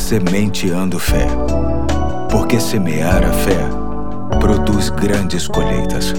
Sementeando Fé. Porque semear a fé produz grandes colheitas.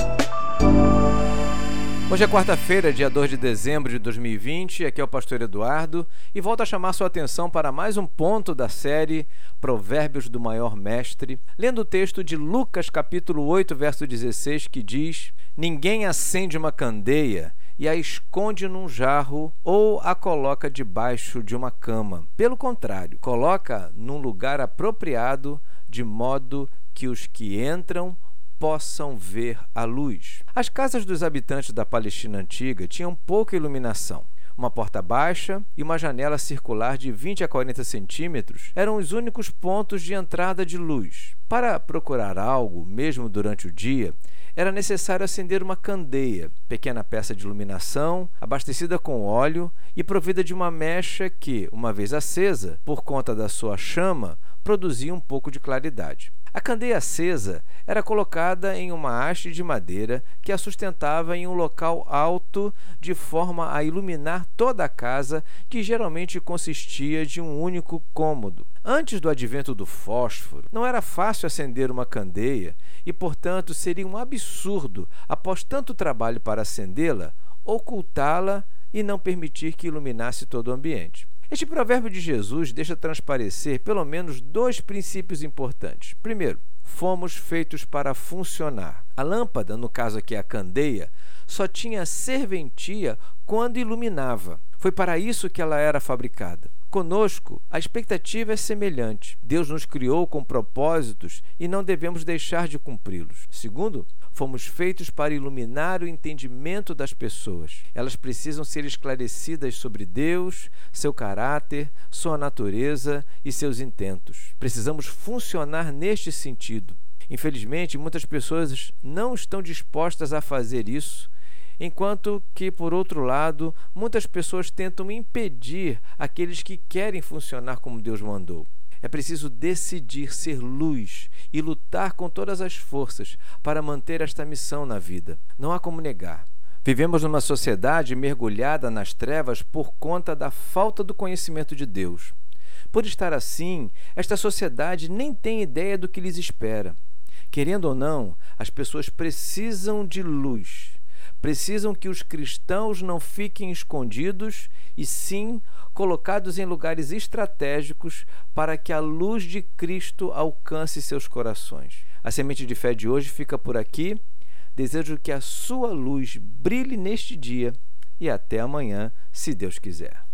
Hoje é quarta-feira, dia 2 de dezembro de 2020, aqui é o pastor Eduardo e volto a chamar sua atenção para mais um ponto da série Provérbios do Maior Mestre, lendo o texto de Lucas capítulo 8, verso 16, que diz: "Ninguém acende uma candeia e a esconde num jarro ou a coloca debaixo de uma cama. Pelo contrário, coloca num lugar apropriado, de modo que os que entram possam ver a luz." As casas dos habitantes da Palestina antiga tinham pouca iluminação. Uma porta baixa e uma janela circular de 20 a 40 centímetros eram os únicos pontos de entrada de luz. Para procurar algo, mesmo durante o dia, era necessário acender uma candeia, pequena peça de iluminação, abastecida com óleo e provida de uma mecha que, uma vez acesa, por conta da sua chama, produzia um pouco de claridade. A candeia acesa era colocada em uma haste de madeira que a sustentava em um local alto de forma a iluminar toda a casa, que geralmente consistia de um único cômodo. Antes do advento do fósforo, não era fácil acender uma candeia e, portanto, seria um absurdo, após tanto trabalho para acendê-la, ocultá-la e não permitir que iluminasse todo o ambiente. Este provérbio de Jesus deixa transparecer pelo menos dois princípios importantes. Primeiro, fomos feitos para funcionar. A lâmpada, no caso aqui a candeia, só tinha serventia quando iluminava. Foi para isso que ela era fabricada. Conosco, a expectativa é semelhante. Deus nos criou com propósitos e não devemos deixar de cumpri-los. Segundo, fomos feitos para iluminar o entendimento das pessoas. Elas precisam ser esclarecidas sobre Deus, seu caráter, sua natureza e seus intentos. Precisamos funcionar neste sentido. Infelizmente, muitas pessoas não estão dispostas a fazer isso, enquanto que, por outro lado, muitas pessoas tentam impedir aqueles que querem funcionar como Deus mandou. É preciso decidir ser luz e lutar com todas as forças para manter esta missão na vida. Não há como negar. Vivemos numa sociedade mergulhada nas trevas por conta da falta do conhecimento de Deus. Por estar assim, esta sociedade nem tem ideia do que lhes espera. Querendo ou não, as pessoas precisam de luz. Precisam que os cristãos não fiquem escondidos e sim colocados em lugares estratégicos para que a luz de Cristo alcance seus corações. A Semente de Fé de hoje fica por aqui. Desejo que a sua luz brilhe neste dia e até amanhã, se Deus quiser.